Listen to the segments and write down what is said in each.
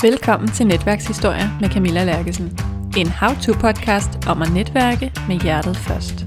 Velkommen til Netværkshistorier med Camilla Lerkesen. En how-to-podcast om at netværke med hjertet først.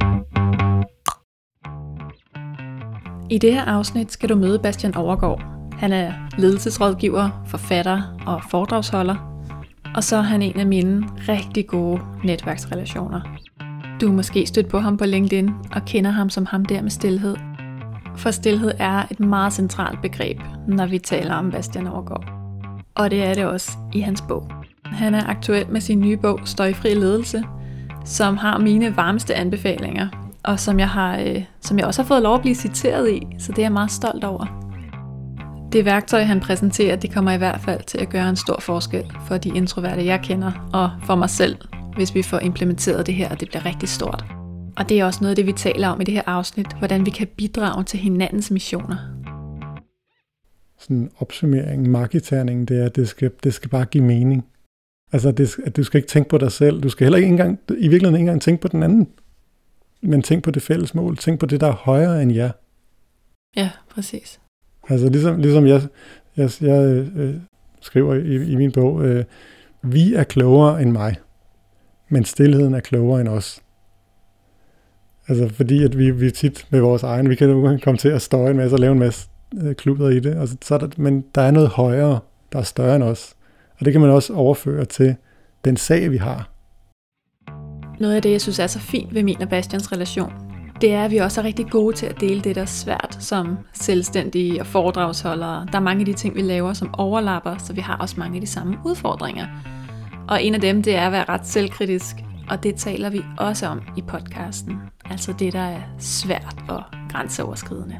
I det her afsnit skal du møde Bastian Overgaard. Han er ledelsesrådgiver, forfatter og foredragsholder. Og så er han en af mine rigtig gode netværksrelationer. Du er måske stødt på ham på LinkedIn og kender ham som ham der med stilhed. For stilhed er et meget centralt begreb, når vi taler om Bastian Overgaard. Og det er det også i hans bog. Han er aktuel med sin nye bog, Støjfri ledelse, som har mine varmeste anbefalinger, og som jeg også har fået lov at blive citeret i, så det er jeg meget stolt over. Det værktøj, han præsenterer, det kommer i hvert fald til at gøre en stor forskel for de introverte, jeg kender, og for mig selv, hvis vi får implementeret det her, og det bliver rigtig stort. Og det er også noget af det, vi taler om i det her afsnit, hvordan vi kan bidrage til hinandens missioner. Sådan en opsummering, marketerning, det er, at det skal bare give mening. Altså, at du skal ikke tænke på dig selv. Du skal heller ikke i virkeligheden ikke engang tænke på den anden. Men tænk på det fælles mål. Tænk på det, der er højere end jer. Ja, præcis. Altså, ligesom jeg skriver i min bog, vi er klogere end mig, men stilheden er klogere end os. Altså, fordi at vi tit med vores egen, vi kan komme til at støje en masse og lave en masse kludder i det, men der er noget højere, der er større end os. Og det kan man også overføre til den sag, vi har. Noget af det, jeg synes er så fint ved min og Bastians relation, det er, at vi også er rigtig gode til at dele det, der er svært som selvstændige og foredragsholdere. Der er mange af de ting, vi laver, som overlapper, så vi har også mange af de samme udfordringer. Og en af dem, det er at være ret selvkritisk, og det taler vi også om i podcasten. Altså det, der er svært og grænseoverskridende.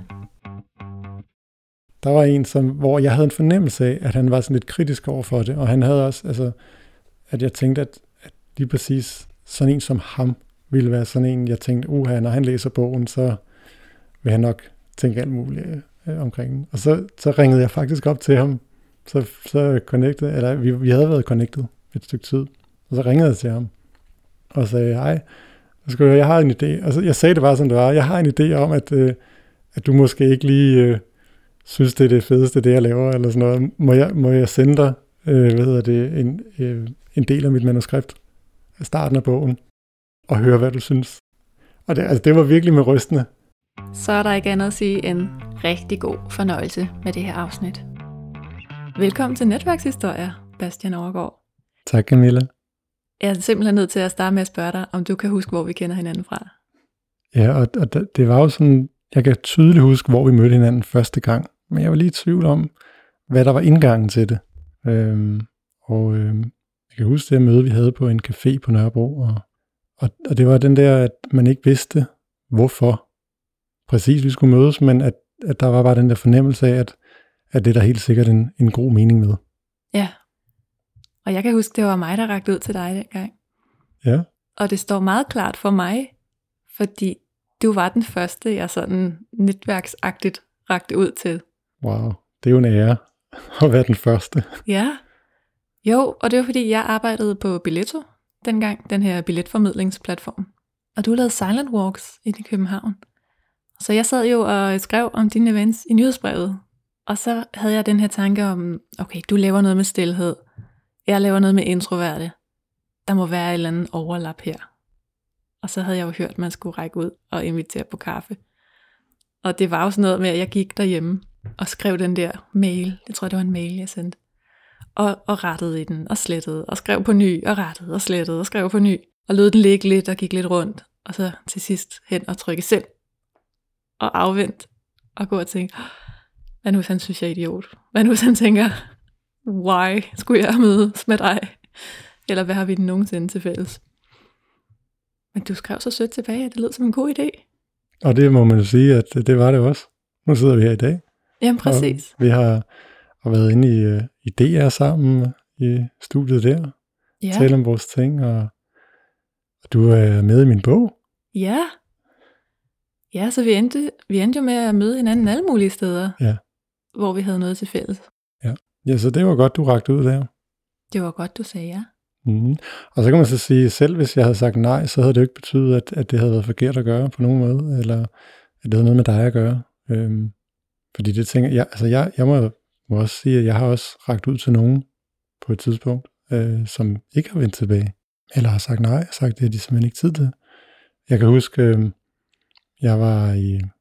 Der var en, hvor jeg havde en fornemmelse af, at han var sådan lidt kritisk over for det, og han havde også, at jeg tænkte, at lige præcis sådan en som ham, ville være sådan en, jeg tænkte, når han læser bogen, så vil han nok tænke alt muligt omkring den. Og så ringede jeg faktisk op til ham, så connected, eller vi havde været connected et stykke tid, og så ringede jeg til ham, og sagde, hej, jeg har en idé, og så jeg sagde det bare, som det var, jeg har en idé om, at du måske ikke lige synes, det er det fedeste, det jeg laver, eller sådan noget. Må jeg sende dig, en del af mit manuskript, af starten af bogen, og høre, hvad du synes. Og det var virkelig med rystende. Så er der ikke andet at sige end rigtig god fornøjelse med det her afsnit. Velkommen til Netværkshistorier, Bastian Overgaard. Tak, Camilla. Jeg er simpelthen nødt til at starte med at spørge dig, om du kan huske, hvor vi kender hinanden fra. Ja, og det var jo sådan, jeg kan tydeligt huske, hvor vi mødte hinanden første gang, men jeg var lige i tvivl om, hvad der var indgangen til det. Jeg kan huske det møde, vi havde på en café på Nørrebro, og det var den der, at man ikke vidste, hvorfor præcis vi skulle mødes, men at der var bare den der fornemmelse af, at det er der helt sikkert en god mening med. Ja, og jeg kan huske, det var mig, der rakte ud til dig dengang. Ja. Og det står meget klart for mig, fordi du var den første, jeg sådan netværksagtigt rakte ud til. Wow, det er jo en ære at være den første. Ja, jo, og det var fordi, jeg arbejdede på Billetto dengang, den her billetformidlingsplatform. Og du lavede silent walks inde i København. Så jeg sad jo og skrev om dine events i nyhedsbrevet. Og så havde jeg den her tanke om, okay, du laver noget med stilhed. Jeg laver noget med introverte. Der må være et eller andet overlap her. Og så havde jeg jo hørt, at man skulle række ud og invitere på kaffe. Og det var jo sådan noget med, at jeg gik derhjemme og skrev den der mail. Jeg tror, det var en mail, jeg sendte. Og rettede i den, og slettede, og skrev på ny, og rettede, og slettede, og skrev på ny. Og lod den ligge lidt, og gik lidt rundt. Og så til sidst hen og trykke send. Og afvent. Og gå og tænke, hvad nu hvis han synes, jeg er idiot? Hvad nu hvis han tænker, why skulle jeg mødes med dig? Eller hvad har vi nogensinde til fælles? Men du skrev så sødt tilbage, at det lød som en god idé. Og det må man jo sige, at det var det også. Nu sidder vi her i dag. Jamen præcis. Og vi har været inde i DR sammen i studiet der. Ja. Tale om vores ting, og du er med i min bog. Ja. Ja, så vi endte jo med at møde hinanden alle mulige steder, ja. Hvor vi havde noget til fælles. Ja, så det var godt, du rakte ud der. Det var godt, du sagde ja. Mm-hmm. Og så kan man så sige, selv hvis jeg havde sagt nej, så havde det jo ikke betydet, at det havde været forkert at gøre på nogen måde, eller at det havde noget med dig at gøre. Fordi det tænker jeg må også sige, at jeg har også rakt ud til nogen, på et tidspunkt, som ikke har vendt tilbage, eller har sagt nej, sagt, det har de simpelthen ikke tid til. Jeg kan huske, jeg var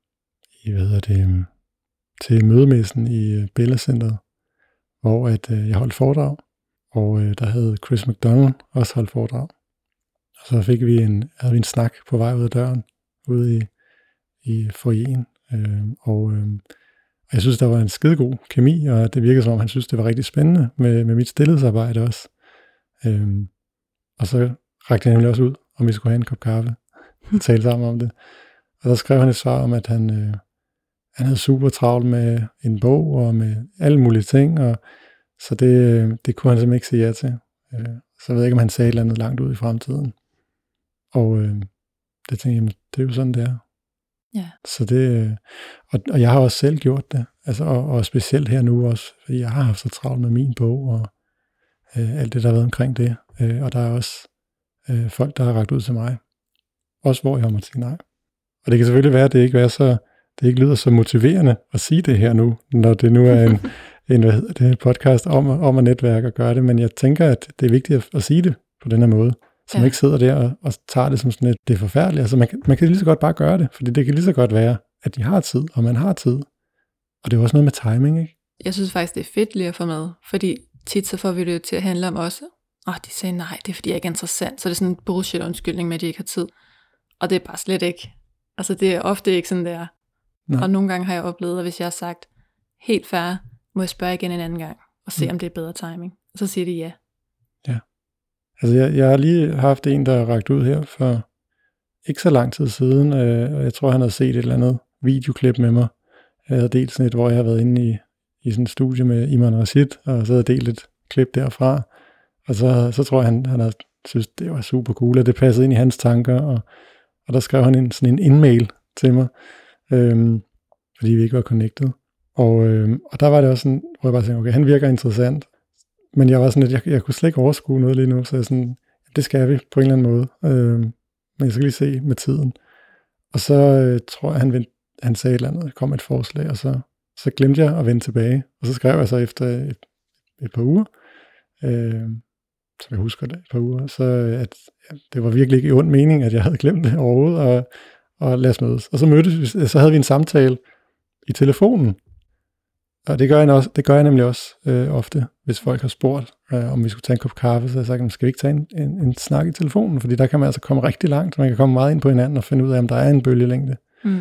til mødemessen i Bella Centeret, hvor jeg holdt foredrag, og der havde Chris McDonald også holdt foredrag. Og så havde vi en snak på vej ud af døren, ude i foyeren, og jeg synes, der var en skidegod kemi, og det virkede som om, han synes, det var rigtig spændende med mit stillidsarbejde også. Og så rakte jeg nemlig også ud, om vi skulle have en kop kaffe, og tale sammen om det. Og så skrev han et svar om, at han havde super travlt med en bog, og med alle mulige ting, og så det kunne han simpelthen ikke sige ja til. Så ved jeg ikke, om han sagde et eller andet langt ud i fremtiden. Og det tænkte jeg, det er jo sådan, det er. Ja. Så det, og jeg har også selv gjort det, altså, og specielt her nu også, fordi jeg har haft så travlt med min bog, og alt det, der har været omkring det. Og der er også folk, der har rakt ud til mig. Også hvor jeg må sige nej. Og det kan selvfølgelig være, at det ikke lyder så motiverende at sige det her nu, når det nu er en podcast om at netværke og gøre det, men jeg tænker, at det er vigtigt at sige det på den her måde, så man ikke sidder der og tager det som sådan et, det er forfærdeligt. Altså man kan lige så godt bare gøre det, fordi det kan lige så godt være, at de har tid, og man har tid. Og det er også noget med timing, ikke? Jeg synes faktisk, det er fedt lige at få med, fordi tit så får vi det jo til at handle om også. De sagde nej, det er fordi jeg ikke er interessant, så det er sådan en bullshit undskyldning med, at de ikke har tid. Og det er bare slet ikke. Altså det er ofte ikke sådan, det er. Nej. Og nogle gange har jeg oplevet, at hvis jeg har sagt, helt fair, må jeg spørge igen en anden gang, og se om det er bedre timing. Og så siger de ja. Ja. Altså jeg har lige haft en, der rakt ud her for ikke så lang tid siden, og jeg tror, han havde set et eller andet videoklip med mig. Jeg havde delt sådan et, hvor jeg har været inde i sådan et studie med Iman Rashid, og så havde jeg delt et klip derfra. Og så tror jeg, han havde synes, det var super cool, at det passede ind i hans tanker, og der skrev han sådan en in-mail til mig, fordi vi ikke var connected. Og der var det også sådan, hvor jeg bare tænkte, okay, han virker interessant, men jeg var sådan, at jeg kunne slet ikke overskue noget lige nu, så jeg sådan, det skal vi på en eller anden måde, men jeg skal lige se med tiden. Og så tror jeg, han sagde et eller andet, kom et forslag, og så glemte jeg at vende tilbage, og så skrev jeg så efter et par uger, som jeg husker det, et par uger, så at det var virkelig ikke i ond mening, at jeg havde glemt det overhovedet, og lad os mødes. Og så havde vi en samtale i telefonen, og det gør jeg nemlig også ofte, hvis folk har spurgt, om vi skulle tage en kop kaffe, så har jeg sagt, skal vi ikke tage en snak i telefonen, fordi der kan man altså komme rigtig langt, man kan komme meget ind på hinanden og finde ud af, om der er en bølgelængde,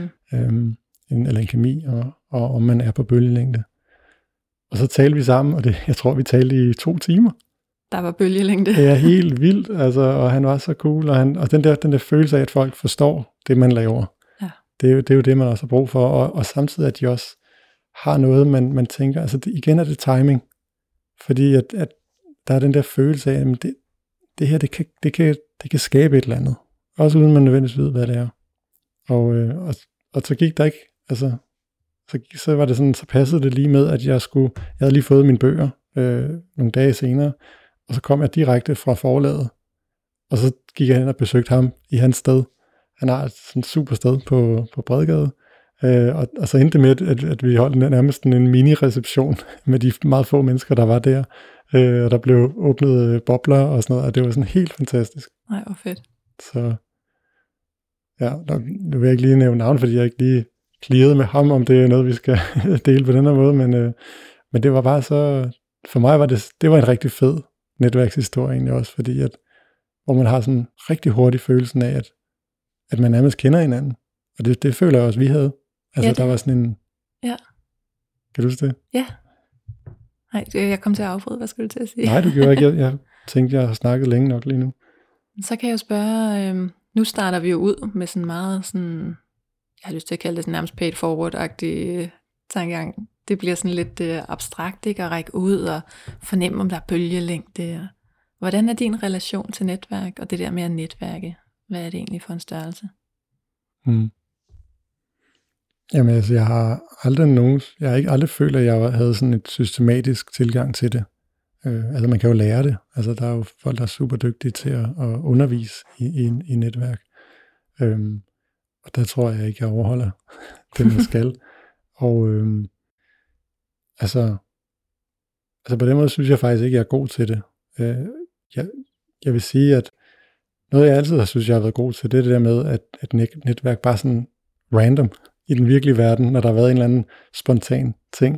eller en kemi, og om man er på bølgelængde. Og så talte vi sammen, og jeg tror, vi talte i 2 timer. Der var bølgelængde. Det er helt vildt, altså, og han var så cool, og den der følelse af, at folk forstår det, man laver. Ja. Det er jo det, man også har brug for, og samtidig, at de også har noget, man tænker, altså igen er det timing, fordi at der er den der følelse af, at det her, det kan skabe et eller andet, også uden man nødvendigvis ved, hvad det er. Og så gik der ikke, altså, så var det sådan, så passede det lige med, at jeg havde lige fået mine bøger nogle dage senere, og så kom jeg direkte fra forlaget, og så gik jeg hen og besøgte ham i hans sted. Han har et sådan super sted på Bredgade, og så endte det med, at vi holdt nærmest en mini-reception med de meget få mennesker, der var der, og der blev åbnet bobler og sådan noget, og det var sådan helt fantastisk. Nej, hvor fedt. Så ja, nu vil jeg ikke lige nævne navn, fordi jeg ikke lige clearede med ham, om det er noget, vi skal dele på den her måde, men det var bare så, for mig var det var en rigtig fed netværkshistorie egentlig også, fordi hvor man har sådan rigtig hurtig følelsen af, at man nærmest kender hinanden. Og det føler jeg også, vi havde. Altså, der var sådan en... Ja. Kan du huske det? Ja. Nej, jeg kom til at afbryde. Hvad skulle du til at sige? Nej, du gjorde ikke. Jeg tænkte, jeg har snakket længe nok lige nu. Så kan jeg jo spørge, nu starter vi jo ud med sådan meget sådan, jeg har lyst til at kalde det sådan nærmest paid forward-agtig tankegang. Det bliver sådan lidt abstrakt, ikke? At række ud og fornemme, om der er bølgelængde. Hvordan er din relation til netværk, og det der med at netværke? Hvad er det egentlig for en størrelse? Jamen altså, jeg har aldrig følt, at jeg havde sådan et systematisk tilgang til det. Altså man kan jo lære det. Altså der er jo folk, der er super dygtige til at undervise i netværk. Og der tror jeg ikke, jeg overholder det, man skal. Og altså, altså på den måde synes jeg faktisk ikke, jeg er god til det. Jeg vil sige, at noget jeg altid har synes, jeg har været god til, det er det der med, at netværk bare sådan random i den virkelige verden, når der har været en eller anden spontan ting.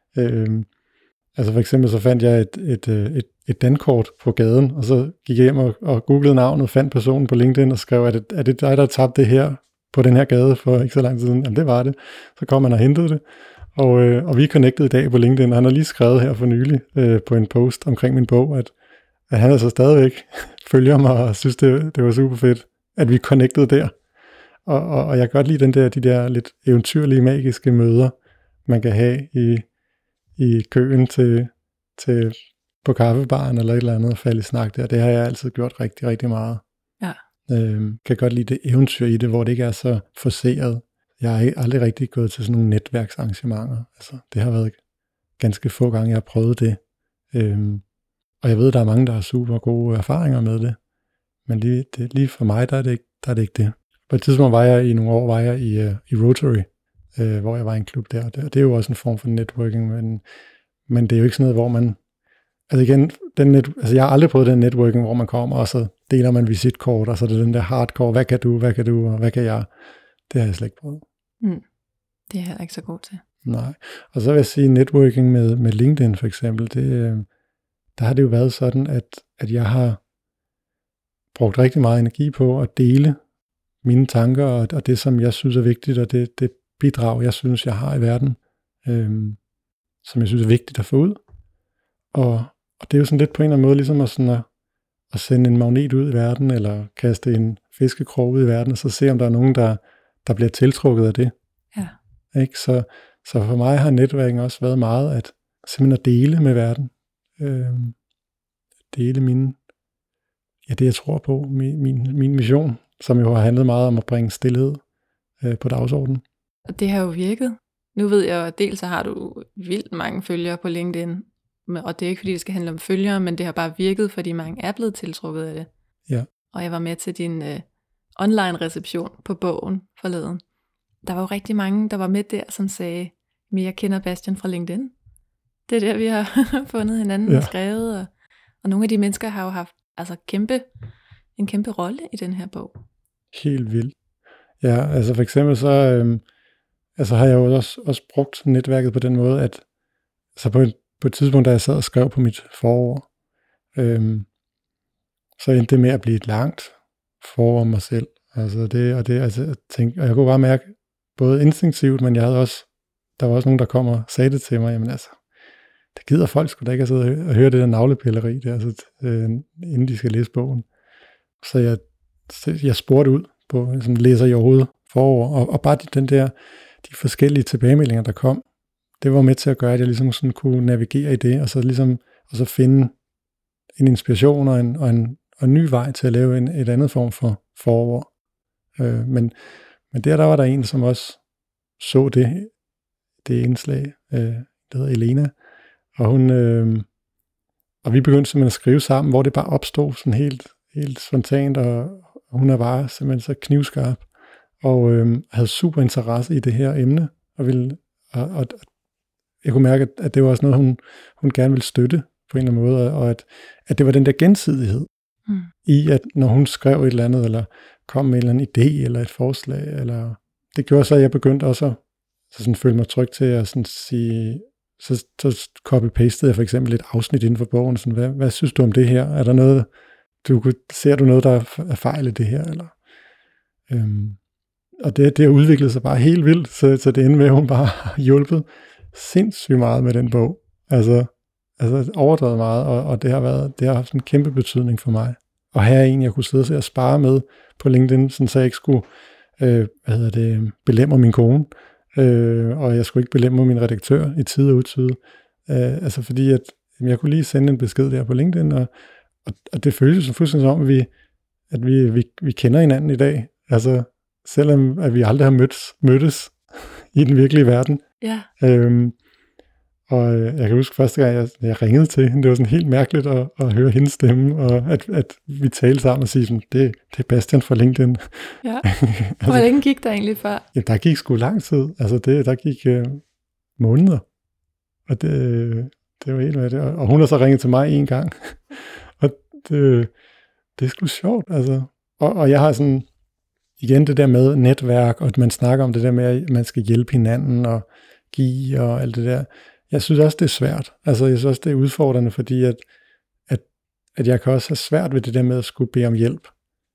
Altså for eksempel så fandt jeg et dankort på gaden, og så gik jeg hjem og googlede navnet, fandt personen på LinkedIn og skrev, er det dig, der tabte det her på den her gade for ikke så lang tid siden? Jamen det var det. Så kom han og hentede det, og vi er connected i dag på LinkedIn, og han har lige skrevet her for nylig på en post omkring min bog, at han altså stadigvæk følger mig og synes, det var super fedt, at vi connected der. Og jeg kan godt lide de der lidt eventyrlige, magiske møder, man kan have i køen til på kaffebaren eller et eller andet, falde i snak der. Det har jeg altid gjort rigtig, rigtig meget. Ja. Kan godt lide det eventyr i det, hvor det ikke er så forseret. Jeg har aldrig rigtig gået til sådan nogle netværksarrangementer. Altså, det har været ganske få gange, jeg har prøvet det. Og jeg ved, der er mange, der har super gode erfaringer med det. Men lige for mig, der er det ikke det. På et tidspunkt var jeg i nogle år i Rotary, hvor jeg var i en klub der. Det er jo også en form for networking, men det er jo ikke sådan noget, hvor man... Altså igen, jeg har aldrig prøvet den networking, hvor man kommer, og så deler man visitkort, og så er det den der hardcore, hvad kan du, og hvad kan jeg? Det har jeg slet ikke prøvet. Det er jeg ikke så god til. Nej. Og så vil jeg sige, networking med LinkedIn for eksempel, der har det jo været sådan, at jeg har brugt rigtig meget energi på at dele mine tanker, og det, som jeg synes er vigtigt, og det bidrag, jeg synes, jeg har i verden, som jeg synes er vigtigt at få ud. Og det er jo sådan lidt på en eller anden måde, ligesom at sende en magnet ud i verden, eller kaste en fiskekrog ud i verden, og så se, om der er nogen, der bliver tiltrukket af det. Ja. Ikke? Så for mig har netværken også været meget at simpelthen at dele med verden. Dele det jeg tror på, min mission, som jo har handlet meget om at bringe stilhed på dagsordenen. Og det har jo virket. Nu ved jeg, at dels så har du vildt mange følgere på LinkedIn, og det er ikke fordi det skal handle om følgere, men det har bare virket, fordi mange er blevet tiltrukket af det. Ja. Og jeg var med til din online reception på bogen forleden. Der var jo rigtig mange, der var med der, som sagde, men jeg kender Bastian fra LinkedIn. Det er der, vi har fundet hinanden og skrevet, og nogle af de mennesker har jo haft en kæmpe rolle i den her bog. Helt vildt. Ja, altså for eksempel så har jeg jo også brugt netværket på den måde, at så på et tidspunkt, da jeg sad og skrev på mit forord, så endte det med at blive et langt forord om mig selv. Altså jeg tænkte, og jeg kunne bare mærke, både instinktivt, men der var også nogen, der kom og sagde det til mig, jamen altså, det gider folk sgu da ikke at sidde og høre det der navlepilleri der, inden de skal læse bogen. Så jeg spurgte ud på sådan læser i overhovedet forord, og bare de forskellige tilbagemeldinger, der kom, det var med til at gøre, at jeg ligesom sådan kunne navigere i det, og så finde en inspiration og en ny vej til at lave et andet form for forord. Men der var der en, som også så det indslag, der hedder Elena, og vi begyndte simpelthen at skrive sammen, hvor det bare opstod sådan helt spontant, og hun er bare simpelthen så knivskarp, og havde super interesse i det her emne, og jeg kunne mærke, at det var også noget, hun gerne ville støtte på en eller anden måde, og at det var den der gensidighed i, at når hun skrev et eller andet, eller kom med en eller anden idé, eller et forslag, eller det gjorde så, at jeg begyndte også at sådan føle mig tryg til at sådan sige, så copy-pastede jeg for eksempel et afsnit inden for bogen, sådan, hvad synes du om det her? Er der noget, ser du noget, der er fejl i det her? Eller? Og det har udviklet sig bare helt vildt, så det endte med, at hun bare har hjulpet sindssygt meget med den bog. Altså overdrevet meget, og det har haft en kæmpe betydning for mig. Og her er en, jeg kunne sidde og spare med på LinkedIn, så jeg ikke skulle belemre min kone, og jeg skulle ikke belemre min redaktør i tide og utide. Fordi at jeg kunne lige sende en besked der på LinkedIn, og det føles som fuldstændig som, at vi kender hinanden i dag. Altså, selvom at vi aldrig har mødtes i den virkelige verden. Ja. Og jeg kan huske første gang, jeg ringede til hende, det var sådan helt mærkeligt at høre hendes stemme, og at vi talte sammen og sige sådan, det er Bastian fra LinkedIn. Ja. Hvor længe gik der egentlig før? Ja, der gik sgu lang tid. Altså der gik måneder. Og det det var helt med det. Og hun har så ringet til mig en gang. Og det er sgu sjovt, altså. Og jeg har sådan, igen det der med netværk, og at man snakker om det der med, at man skal hjælpe hinanden og give og alt det der. Jeg synes også, det er svært. Altså, jeg synes også, det er udfordrende, fordi at jeg kan også have svært ved det der med at skulle bede om hjælp.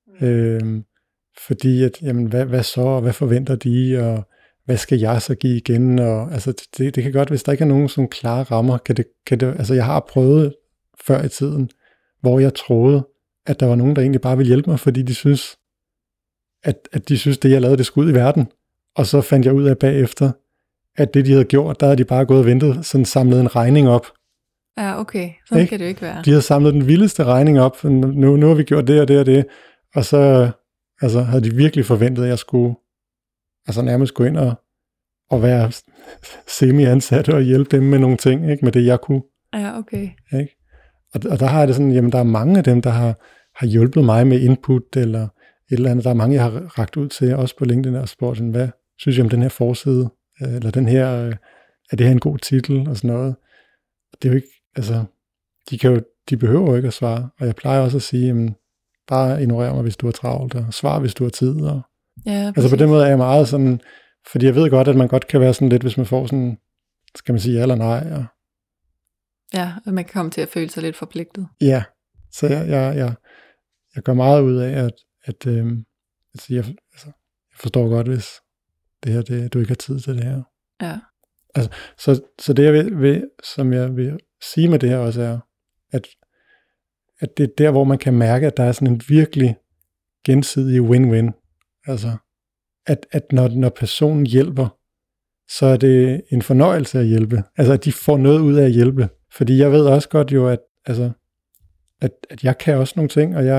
Fordi at, jamen, hvad så, og hvad forventer de, og hvad skal jeg så give igen? Og, altså, det kan godt, hvis der ikke er nogen sådan klare rammer, kan det, altså, jeg har prøvet før i tiden, hvor jeg troede, at der var nogen, der egentlig bare ville hjælpe mig, fordi de synes, at de synes, det jeg lavede, det skulle ud i verden. Og så fandt jeg ud af bagefter, at det de havde gjort, der havde de bare gået og ventet, sådan samlet en regning op. Ja, okay. Sådan kan det jo ikke være. De havde samlet den vildeste regning op, nu har vi gjort det og det og det, og så altså, havde de virkelig forventet, at jeg skulle altså nærmest gå ind og være semi-ansat og hjælpe dem med nogle ting, ikke? Med det jeg kunne. Ja, okay. Ikke? Og der har jeg det sådan, jamen der er mange af dem, der har hjulpet mig med input, eller et eller andet. Der er mange, jeg har rakt ud til, også på LinkedIn og spurgt, sådan, hvad synes jeg om den her forside, eller den her, er det her en god titel, og sådan noget. Det er jo ikke, altså, de behøver jo ikke at svare, og jeg plejer også at sige, jamen, bare ignorer mig, hvis du er travlt, og svar, hvis du har tid. Og, ja, altså på den måde er jeg meget sådan, fordi jeg ved godt, at man godt kan være sådan lidt, hvis man får sådan, skal man sige ja eller nej. Og, ja, og man kan komme til at føle sig lidt forpligtet. Ja, så jeg gør meget ud af, at jeg forstår godt, hvis det her, du ikke har tid til det her. Ja. Altså, så det som jeg vil sige med det her også er, at det er der, hvor man kan mærke, at der er sådan en virkelig gensidig win-win. Altså, at når personen hjælper, så er det en fornøjelse at hjælpe. Altså, at de får noget ud af at hjælpe. Fordi jeg ved også godt jo, at jeg kan også nogle ting, og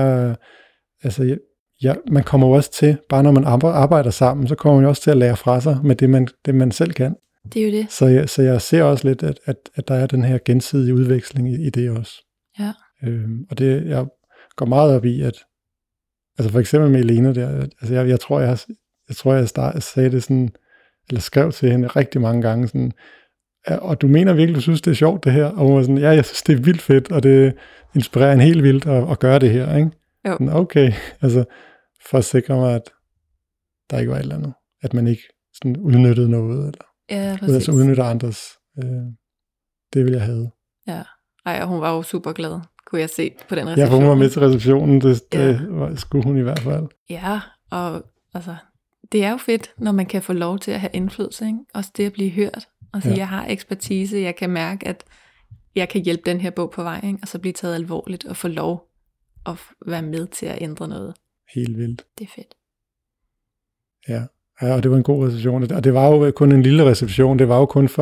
man kommer jo også til, bare når man arbejder sammen, så kommer man jo også til at lære fra sig med det man selv kan. Det er jo det. Så jeg ser også lidt, at der er den her gensidige udveksling i det også. Ja. Og det, jeg går meget op i, at altså for eksempel med Elena der, altså jeg tror, jeg sagde det sådan, eller skrev til hende rigtig mange gange sådan, og du mener virkelig, du synes, det er sjovt det her? Og hun var sådan, ja, jeg synes, det er vildt fedt, og det inspirerer en helt vildt at gøre det her, ikke? Jo. Sådan, okay, altså for at sikre mig, at der ikke var et eller andet, at man ikke sådan udnyttede noget, eller ja, præcis. Altså udnytter andres, det vil jeg have. Ja, og hun var jo super glad, kunne jeg se på den reception. Ja, for hun var med til receptionen, det skulle hun i hvert fald. Ja, og altså, det er jo fedt, når man kan få lov til at have indflydelse, ikke? Også det at blive hørt, og sige, jeg har ekspertise, jeg kan mærke, at jeg kan hjælpe den her bog på vej, ikke? Og så blive taget alvorligt og få lov at være med til at ændre noget. Helt vildt. Det er fedt. Ja, og det var en god reception, og det var jo kun en lille reception, det var jo kun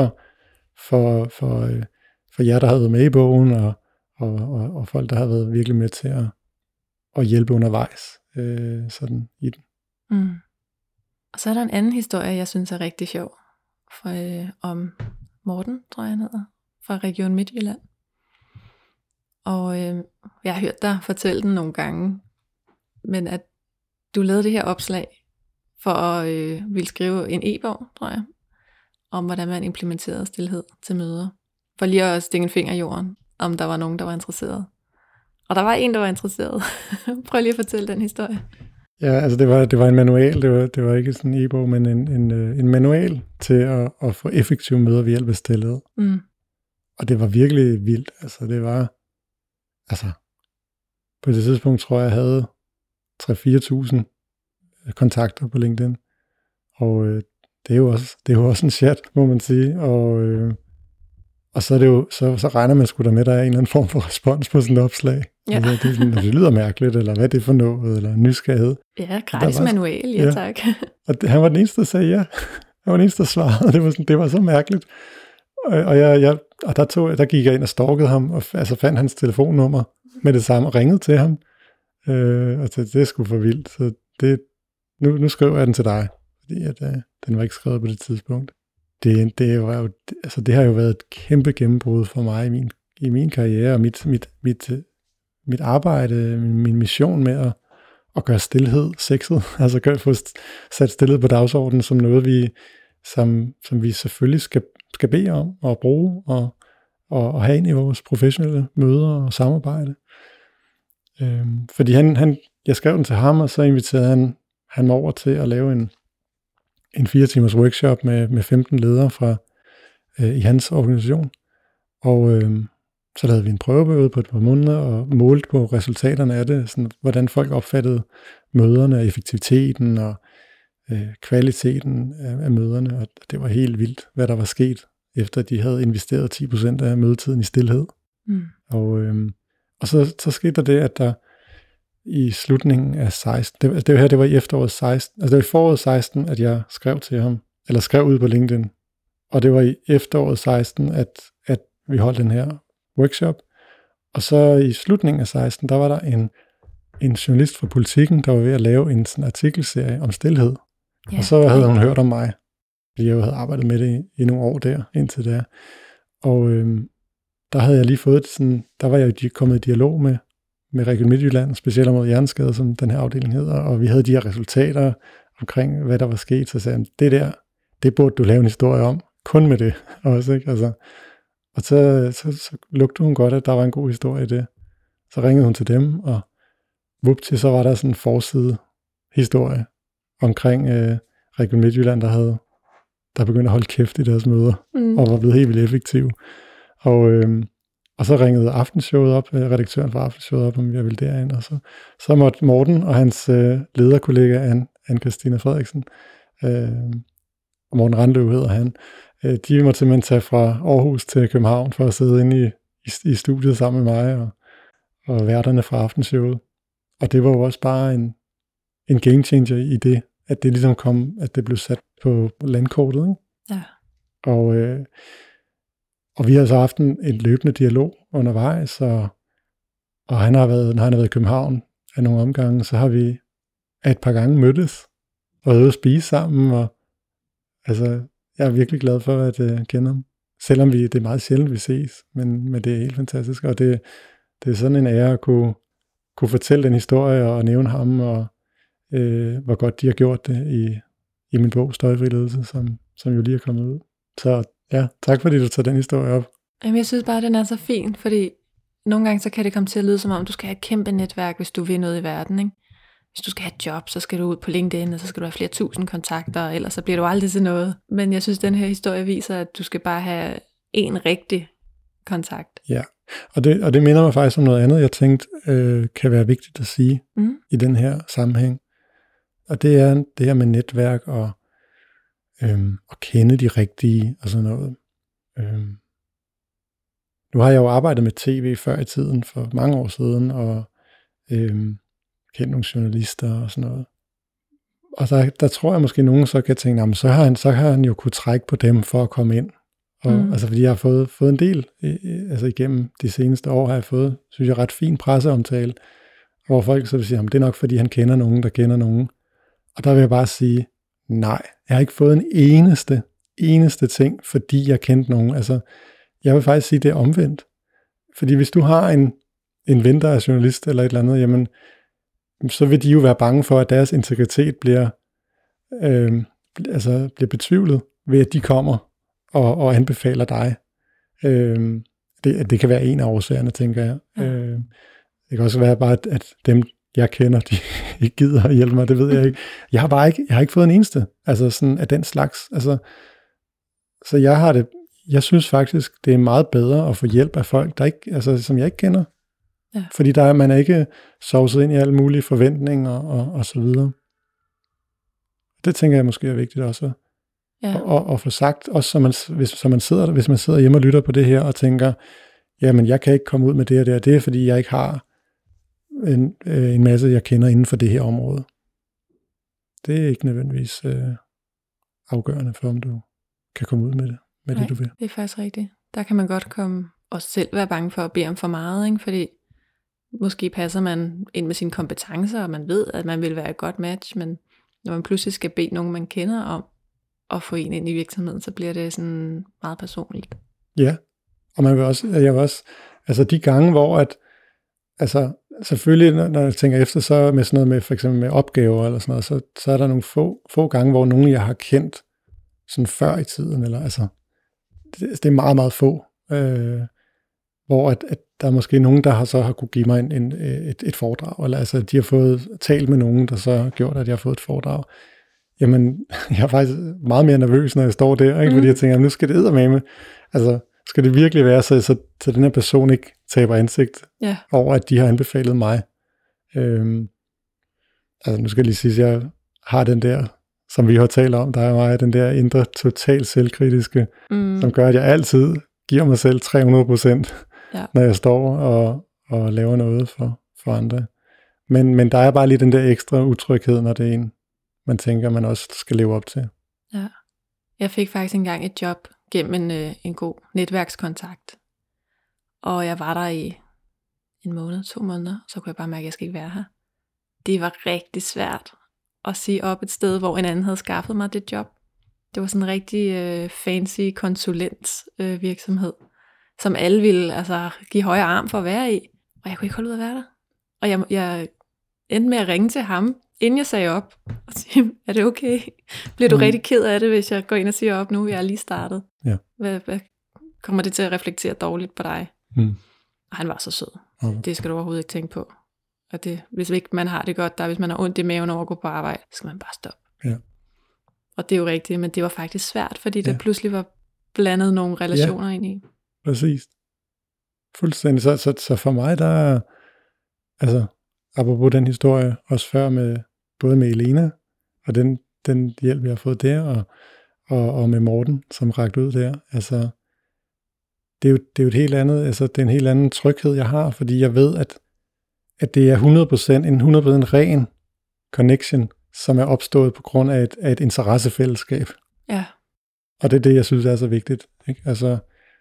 for jer, der havde været med i bogen, og folk, der havde været virkelig med til at hjælpe undervejs sådan i den. Mm. Og så er der en anden historie, jeg synes er rigtig sjov, om Morten, tror jeg han hedder, fra Region Midtjylland. Og jeg har hørt dig fortælle den nogle gange, men at du lavede det her opslag for at ville skrive en e-bog, tror jeg, om hvordan man implementerede stilhed til møder. For lige at stikke en finger i jorden, om der var nogen, der var interesseret. Og der var en, der var interesseret. Prøv lige at fortælle den historie. Ja, altså det var en manual, det var ikke sådan en e-bog, men en manual til at få effektive møder ved hjælp af stilhed. Mm. Og det var virkelig vildt. Altså det var, på det tidspunkt tror jeg havde 3-4.000 kontakter på LinkedIn. Og det er jo også en chat, må man sige. Og så er det jo, så regner man sgu da med, at der er en eller anden form for respons på sådan et opslag. Ja. Altså, det er sådan, det lyder mærkeligt, eller hvad er det for noget, eller nysgerrighed. Ja, gratis manual, ja tak. Og han var den eneste, der sagde ja. Han var den eneste, der svarede. Det var så mærkeligt. Og der gik jeg ind og stalkede ham, og altså fandt hans telefonnummer med det samme, og ringede til ham. Og det er sgu for vildt. Så nu skriver jeg den til dig, fordi at, den var ikke skrevet på det tidspunkt. Det har jo været et kæmpe gennembrud for mig i min karriere, og mit arbejde, min mission med at gøre stilhed sexet, altså få sat stilhed på dagsordenen som noget, som vi selvfølgelig skal bede om og bruge, at have ind i vores professionelle møder og samarbejde. Fordi jeg skrev den til ham, og så inviterede han mig over til at lave en 4 timers workshop med 15 ledere fra i hans organisation. Og så lavede vi en prøveperiode på et par måneder, og målte på resultaterne af det, sådan, hvordan folk opfattede møderne, effektiviteten og kvaliteten af møderne. Og det var helt vildt, hvad der var sket, efter de havde investeret 10% af mødetiden i stilhed. Og så skete der det, at der i slutningen af 16, det var i efteråret 16, altså det var i foråret 16, at jeg skrev til ham, eller skrev ud på LinkedIn. Og det var i efteråret 16, at vi holdt den her workshop. Og så i slutningen af 16, der var der en journalist fra Politiken, der var ved at lave en sådan artikelserie om stilhed. Ja, og så havde hun hørt om mig, fordi jeg jo havde arbejdet med det i nogle år der, indtil der. Og der havde jeg lige fået sådan, der var jeg jo kommet i dialog med Region Midtjylland, specielt mod hjerneskade, som den her afdeling hedder, og vi havde de her resultater omkring, hvad der var sket, så sagde han, det burde du lave en historie om, kun med det også, ikke? Altså, og så lugtede hun godt, at der var en god historie i det. Så ringede hun til dem, og vupti, så var der sådan en forside historie omkring Region Midtjylland, der begyndte at holde kæft i deres møder, og var blevet helt vildt effektiv. Og så ringede Aftenshowet op, redaktøren fra Aftenshowet op, om jeg ville derind, og så måtte Morten og hans lederkollega Anne-Christina Frederiksen, og Morten Randløv hedder han, de måtte simpelthen tage fra Aarhus til København for at sidde inde i studiet sammen med mig og værterne fra Aftenshowet. Og det var jo også bare en game changer i det, at det ligesom kom, at det blev sat på landkortet, ikke? Ja. Og vi har så haft en løbende dialog undervejs, og når han har været i København af nogle omgange, så har vi et par gange mødtes og øvet at spise sammen, og altså, jeg er virkelig glad for at kende ham. Selvom det er meget sjældent, vi ses, men det er helt fantastisk, og det er sådan en ære at kunne fortælle den historie og nævne ham, og hvor godt de har gjort det i min bog Støjfri Ledelse, som jo lige er kommet ud. Så ja, tak fordi du tager den historie op. Jamen, jeg synes bare, den er så fin, fordi nogle gange så kan det komme til at lyde som om, du skal have et kæmpe netværk, hvis du vil noget i verden, ikke? Hvis du skal have et job, så skal du ud på LinkedIn, og så skal du have flere tusind kontakter, og ellers så bliver du aldrig til noget. Men jeg synes, den her historie viser, at du skal bare have en rigtig kontakt. Ja, og det minder mig faktisk om noget andet, jeg tænkte kan være vigtigt at sige i den her sammenhæng. Og det er det her med netværk og kende de rigtige og sådan noget. Nu har jeg jo arbejdet med tv før i tiden, for mange år siden, og kendt nogle journalister og sådan noget. Og der tror jeg måske, nogen så kan tænke, så har han jo kunne trække på dem for at komme ind. Og, altså fordi jeg har fået en del, altså igennem de seneste år har jeg fået, synes jeg, ret fin presseomtale, hvor folk så vil sige, det er nok fordi han kender nogen, der kender nogen. Og der vil jeg bare sige, nej, jeg har ikke fået en eneste ting, fordi jeg kendte nogen. Altså, jeg vil faktisk sige, det er omvendt. Fordi hvis du har en ven, der er journalist eller et eller andet, jamen, så vil de jo være bange for, at deres integritet bliver betvivlet ved, at de kommer og anbefaler dig. Det kan være en af årsagerne, tænker jeg. Det kan også være bare, at dem, jeg kender, de ikke gider at hjælpe mig, det ved jeg ikke. Jeg har ikke fået en eneste, altså sådan af den slags. Altså, så jeg synes faktisk, det er meget bedre at få hjælp af folk, der ikke, altså, som jeg ikke kender. Ja. Fordi man er ikke sovset ind i alle mulige forventninger og så videre. Det tænker jeg måske er vigtigt også. Og få sagt, også hvis man sidder hjemme og lytter på det her og tænker, jamen jeg kan ikke komme ud med det og det, og det er fordi jeg ikke har en masse jeg kender inden for det her område. Det er ikke nødvendigvis afgørende for, om du kan komme ud med det, det du vil. Det er faktisk rigtigt. Der kan man godt komme og selv være bange for at bede om for meget, ikke? Fordi måske passer man ind med sine kompetencer, og man ved, at man vil være et godt match, men når man pludselig skal bede nogen, man kender om at få en ind i virksomheden, så bliver det sådan meget personligt. Ja, og jeg vil også, altså de gange, hvor at, altså selvfølgelig, når jeg tænker efter, så med sådan noget med, for eksempel med opgaver eller sådan noget, så er der nogle få gange, hvor nogen jeg har kendt sådan før i tiden, eller altså, det er meget, meget få. hvor at der er måske nogen, der har kunne give mig et foredrag, eller altså, de har fået talt med nogen, der så har gjort, at jeg har fået et foredrag. Jamen, jeg er faktisk meget mere nervøs, når jeg står der, ikke? Fordi jeg tænker, nu skal det eddermame. Altså, skal det virkelig være, så den her person ikke taber ansigt over, at de har anbefalet mig. Altså, nu skal jeg lige sige, at jeg har den der, som vi har talt om, der er mig, den der indre totalt selvkritiske, som gør, at jeg altid giver mig selv 300%, når jeg står og laver noget for andre. Men der er bare lige den der ekstra utryghed, når det er en, man tænker, man også skal leve op til. Ja. Jeg fik faktisk engang et job gennem en god netværkskontakt. Og jeg var der i 1 måned, 2 måneder, så kunne jeg bare mærke, at jeg skal ikke være her. Det var rigtig svært at sige op et sted, hvor en anden havde skaffet mig det job. Det var sådan en rigtig fancy konsulentvirksomhed, som alle ville altså give højere arm for at være i. Og jeg kunne ikke holde ud at være der. Og jeg endte med at ringe til ham, inden jeg sagde op, og sige, er det okay? Bliver du rigtig ked af det, hvis jeg går ind og siger op nu? Jeg er lige startet. Ja. Hvad kommer det til at reflektere dårligt på dig? Og han var så sød. Okay. Det skal du overhovedet ikke tænke på. Og det, hvis ikke man har det godt, hvis man har ondt i maven over at gå på arbejde, så skal man bare stoppe. Ja. Og det er jo rigtigt, men det var faktisk svært, fordi der pludselig var blandet nogle relationer ind i. Præcis. Fuldstændig. Så for mig, der altså, apropos den historie, også før med, både med Elena, og den hjælp, jeg har fået der, og med Morten, som rakte ud der, altså, det er jo et helt andet, altså, det er en helt anden tryghed, jeg har, fordi jeg ved, at det er 100% en 100% ren connection, som er opstået på grund af et interessefællesskab. Ja. Og det er det, jeg synes er så vigtigt. Ikke? Altså,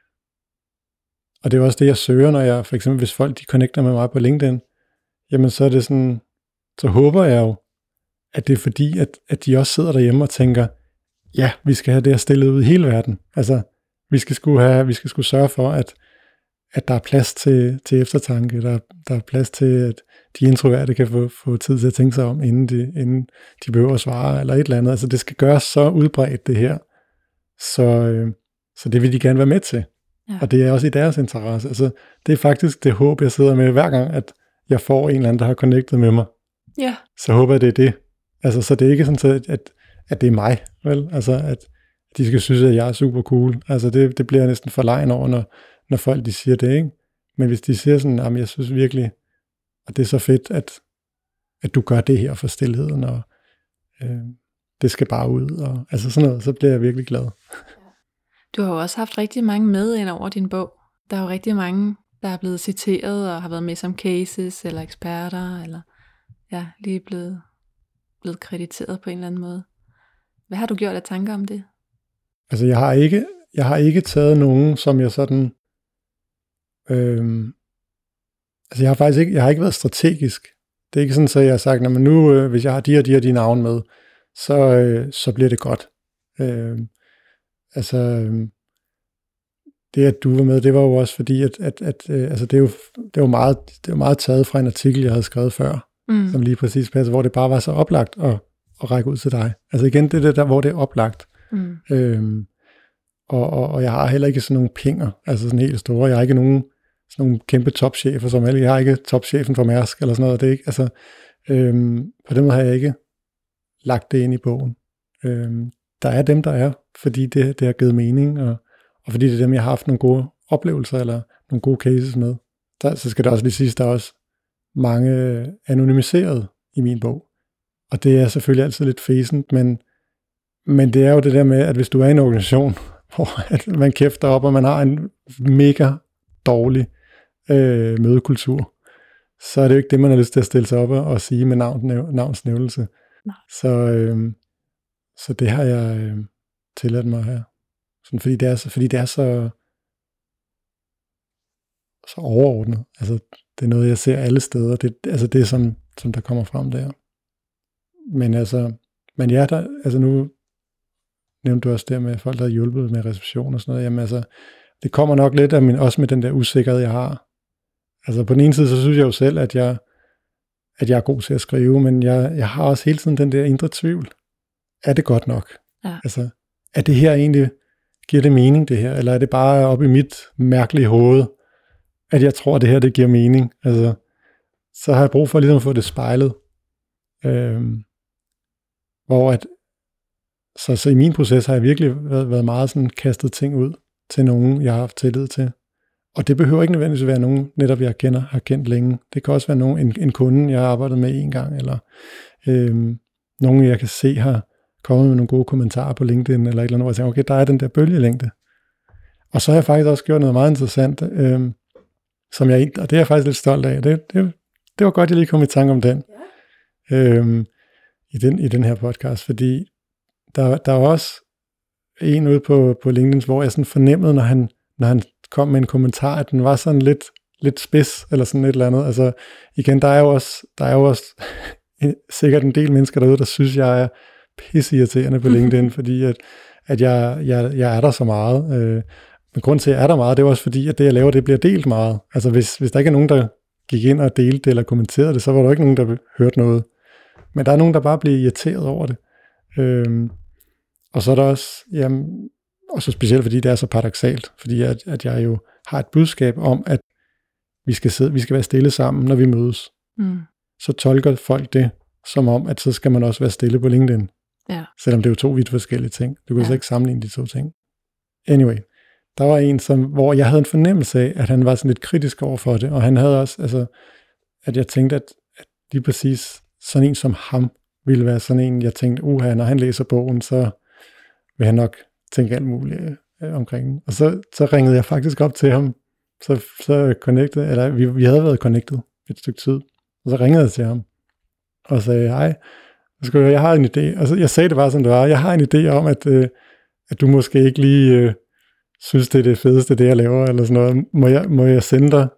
og det er også det, jeg søger, når jeg, for eksempel, hvis folk de connecter med mig på LinkedIn, jamen så er det sådan, så håber jeg jo, at det er fordi, at de også sidder derhjemme og tænker, ja, vi skal have det her stillet ud i hele verden. Altså, vi skal sgu sørge for, at der er plads til eftertanke, der er plads til, at de introverte kan få tid til at tænke sig om, inden de behøver at svare, eller et eller andet. Altså, det skal gøres så udbredt, det her. Så det vil de gerne være med til. Ja. Og det er også i deres interesse. Altså, det er faktisk det håb, jeg sidder med hver gang, at jeg får en eller anden, der har connectet med mig. Ja. Så håber jeg, det er det. Altså, så det er ikke sådan, at det er mig, vel? Altså, at de skal synes, at jeg er super cool. Altså, det bliver jeg næsten for legen over, når folk de siger det, ikke? Men hvis de siger sådan, jamen, jeg synes virkelig, at det er så fedt, at du gør det her for stilheden, og det skal bare ud, og altså sådan noget, så bliver jeg virkelig glad. Du har jo også haft rigtig mange med ind over din bog. Der er jo rigtig mange, der er blevet citeret, og har været med som cases, eller eksperter, eller lige blevet krediteret på en eller anden måde. Hvad har du gjort af tanker om det? Altså, jeg har ikke taget nogen, som jeg sådan... altså, jeg har ikke været strategisk. Det er ikke sådan, at jeg har sagt, at nu, hvis jeg har de og de navne med, så bliver det godt. Det, at du var med, det var jo også fordi, altså, det er jo meget taget fra en artikel, jeg havde skrevet før, som lige præcis passer, hvor det bare var så oplagt at række ud til dig. Altså igen, det der, hvor det er oplagt. Og jeg har heller ikke sådan nogle pinger, altså sådan helt store. Jeg har ikke sådan nogle kæmpe topchefer som alle. Jeg har ikke topchefen for Mærsk eller sådan noget. Det er ikke, altså, på den måde har jeg ikke lagt det ind i bogen. Der er dem, der er, fordi det har givet mening, og fordi det er dem, jeg har haft nogle gode oplevelser, eller nogle gode cases med. Så skal der også lige siges, der er også mange anonymiseret i min bog. Og det er selvfølgelig altid lidt fæsent, men det er jo det der med, at hvis du er i en organisation, hvor at man kæfter op, og man har en mega dårlig mødekultur, så er det jo ikke det, man har lyst til at stille sig op og sige med navnsnævnelse. Så det har jeg tilladt mig her. Sådan, fordi det er så overordnet. Altså, det er noget, jeg ser alle steder. Det er som der kommer frem der. Men ja, nu nævnte du også der med folk, der har hjulpet med reception og sådan noget. Jamen altså, det kommer nok lidt af også med den der usikkerhed, jeg har. Altså på den ene side, så synes jeg jo selv, at jeg er god til at skrive, men jeg har også hele tiden den der indre tvivl. Er det godt nok? Ja. Altså, er det her egentlig, giver det mening det her? Eller er det bare oppe i mit mærkelige hoved, at jeg tror, at det her, det giver mening. Altså, så har jeg brug for ligesom at få det spejlet. Hvor at, så i min proces har jeg virkelig været meget sådan kastet ting ud til nogen, jeg har haft tillid til. Og det behøver ikke nødvendigvis være nogen, netop jeg har kendt længe. Det kan også være nogen, en kunde, jeg har arbejdet med en gang, eller nogen, jeg kan se har kommet med nogle gode kommentarer på LinkedIn, eller et eller andet, hvor jeg tænker, okay, der er den der bølgelængde. Og så har jeg faktisk også gjort noget meget interessant, som og det er jeg faktisk lidt stolt af. Det var godt, jeg lige kom i tanke om den. I den her podcast, fordi der var også en ude på LinkedIn, hvor jeg sådan fornemmede, når han kom med en kommentar, at den var sådan lidt spids, eller sådan et eller andet. Altså igen, der er jo også sikkert en del mennesker derude, der synes, jeg er pisseirriterende på LinkedIn, fordi at jeg er der så meget. Men grunden til, at jeg er der meget, det er også fordi, at det, jeg laver, det bliver delt meget. Altså hvis der ikke er nogen, der gik ind og delte det, eller kommenterede det, så var der ikke nogen, der hørte noget. Men der er nogen, der bare bliver irriteret over det. Og så er der også, og så specielt fordi det er så paradoksalt, fordi at jeg jo har et budskab om, at vi skal være stille sammen, når vi mødes. Så tolker folk det som om, at så skal man også være stille på LinkedIn. Ja. Selvom det er jo to vidt forskellige ting. Du kan så ikke sammenligne de to ting. Anyway, der var en, hvor jeg havde en fornemmelse af, at han var sådan lidt kritisk over for det, og han havde også, altså, at jeg tænkte, at lige præcis sådan en som ham ville være sådan en, jeg tænkte, når han læser bogen, så vil han nok tænke alt muligt omkring den. Og så ringede jeg faktisk op til ham, så connected, eller vi havde været connected et stykke tid, og så ringede jeg til ham, og sagde, hej, jeg har en idé, og så jeg sagde det bare som det var, jeg har en idé om, at du måske ikke lige synes, det er det fedeste, det jeg laver, eller sådan noget. Må jeg sende dig,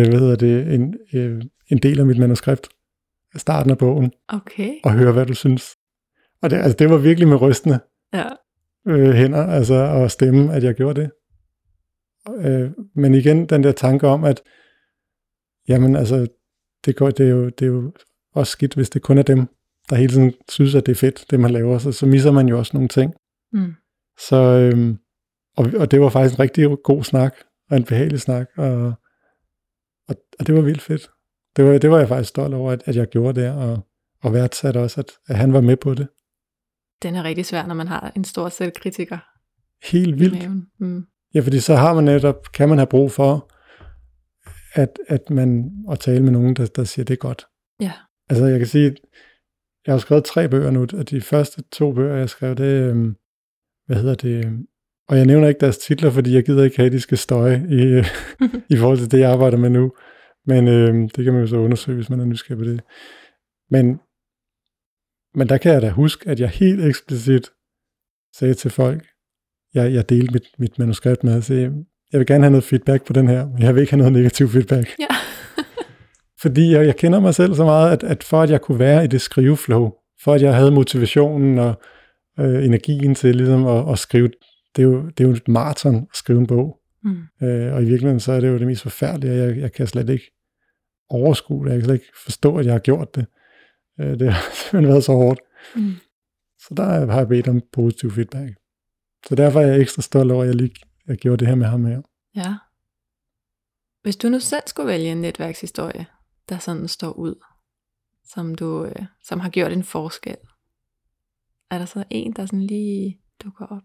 en del af mit manuskript, starten af bogen, og høre, hvad du synes. Og det var virkelig med rystende hænder, altså, og stemme, at jeg gjorde det. Men igen, den der tanke om, at jamen, altså, det er jo også skidt, hvis det kun er dem, der hele tiden synes, at det er fedt, det man laver, så misser man jo også nogle ting. Så, og det var faktisk en rigtig god snak, og en behagelig snak, og det var vildt fedt. Det var jeg faktisk stolt over, at jeg gjorde det, og værdsatte også, at han var med på det. Den er rigtig svær, når man har en stor selvkritiker. Helt vildt. Ja, fordi så har man netop, kan man have brug for, at tale med nogen, der siger, det er godt. Ja. Altså jeg kan sige, jeg har skrevet 3 bøger nu, og de første 2 bøger, jeg skrev, det, og jeg nævner ikke deres titler, fordi jeg gider ikke have, at de skal støje i forhold til det, jeg arbejder med nu. Men det kan man jo så undersøge, hvis man er nysgerrig på det. Men der kan jeg da huske, at jeg helt eksplicit sagde til folk, jeg delte mit manuskript med, at sige, jeg vil gerne have noget feedback på den her, men jeg vil ikke have noget negativ feedback. Ja. Fordi jeg kender mig selv så meget, at for at jeg kunne være i det skriveflow, for at jeg havde motivationen og energien til ligesom at skrive, det er jo et maraton at skrive en bog. Og i virkeligheden så er det jo det mest forfærdelige, jeg kan slet ikke overskue det, jeg kan slet ikke forstå, at jeg har gjort det. Det har simpelthen været så hårdt. Så der har jeg bedt om positiv feedback. Så derfor er jeg ekstra stolt over, at jeg gjorde det her med ham her. Ja. Hvis du nu selv skulle vælge en netværkshistorie, der sådan står ud, som har gjort en forskel, er der så en, der sådan lige dukker op?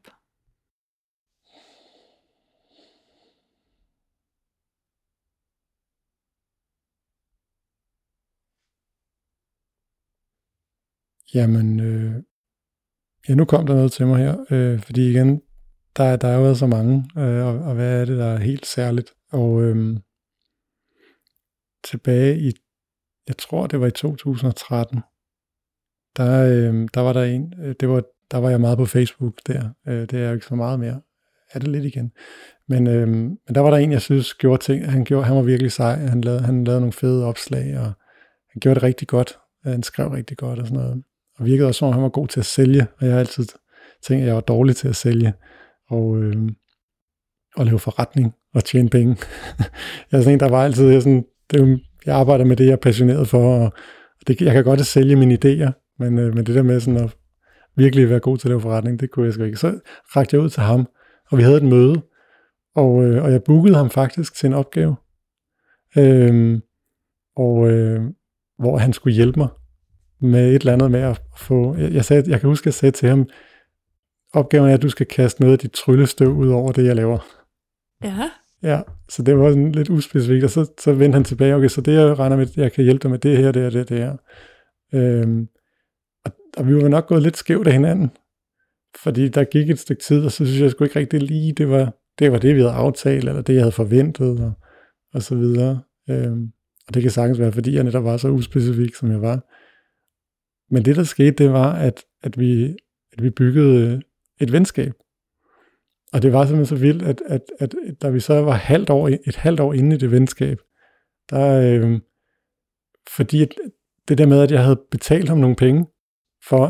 Jamen, nu kom der noget til mig her, fordi igen, der er jo været så mange, og hvad er det, der er helt særligt? Og tilbage i, jeg tror det var i 2013, der var der en, der var jeg meget på Facebook der, det er jo ikke så meget mere, er det lidt igen, men der var der en, jeg synes gjorde ting, han var virkelig sej, han lavede nogle fede opslag, og han gjorde det rigtig godt, han skrev rigtig godt og sådan noget, og virkede også som om han var god til at sælge, og jeg har altid tænkt, at jeg var dårlig til at sælge, og lave forretning, og tjene penge. Jeg er sådan en, der var altid, jeg arbejder med det, jeg er passioneret for, og jeg kan godt sælge mine idéer, men det der med sådan at virkelig være god til at lave forretning, det kunne jeg sgu ikke. Så rakte jeg ud til ham, og vi havde et møde, og jeg bookede ham faktisk til en opgave. Hvor han skulle hjælpe mig med et eller andet med at få... Jeg kan huske, at jeg sagde til ham, opgaven er, at du skal kaste noget af dit tryllestøv ud over det, jeg laver. Ja. Ja, så det var sådan lidt uspecifikt, og så vendte han tilbage, okay, så det jeg regner med, jeg kan hjælpe dig med det her, det her, det her. Og vi var nok gået lidt skævt af hinanden, fordi der gik et stykke tid, og så synes jeg sgu ikke rigtig lige, det var det, vi havde aftalt, eller det, jeg havde forventet, og så videre. Og det kan sagtens være, fordi jeg netop var så uspecifik, som jeg var. Men det, der skete, det var, at vi byggede et venskab. Og det var simpelthen så vildt, at da vi så var et halvt år inde i det venskab, der, fordi det der med, at jeg havde betalt ham nogle penge, for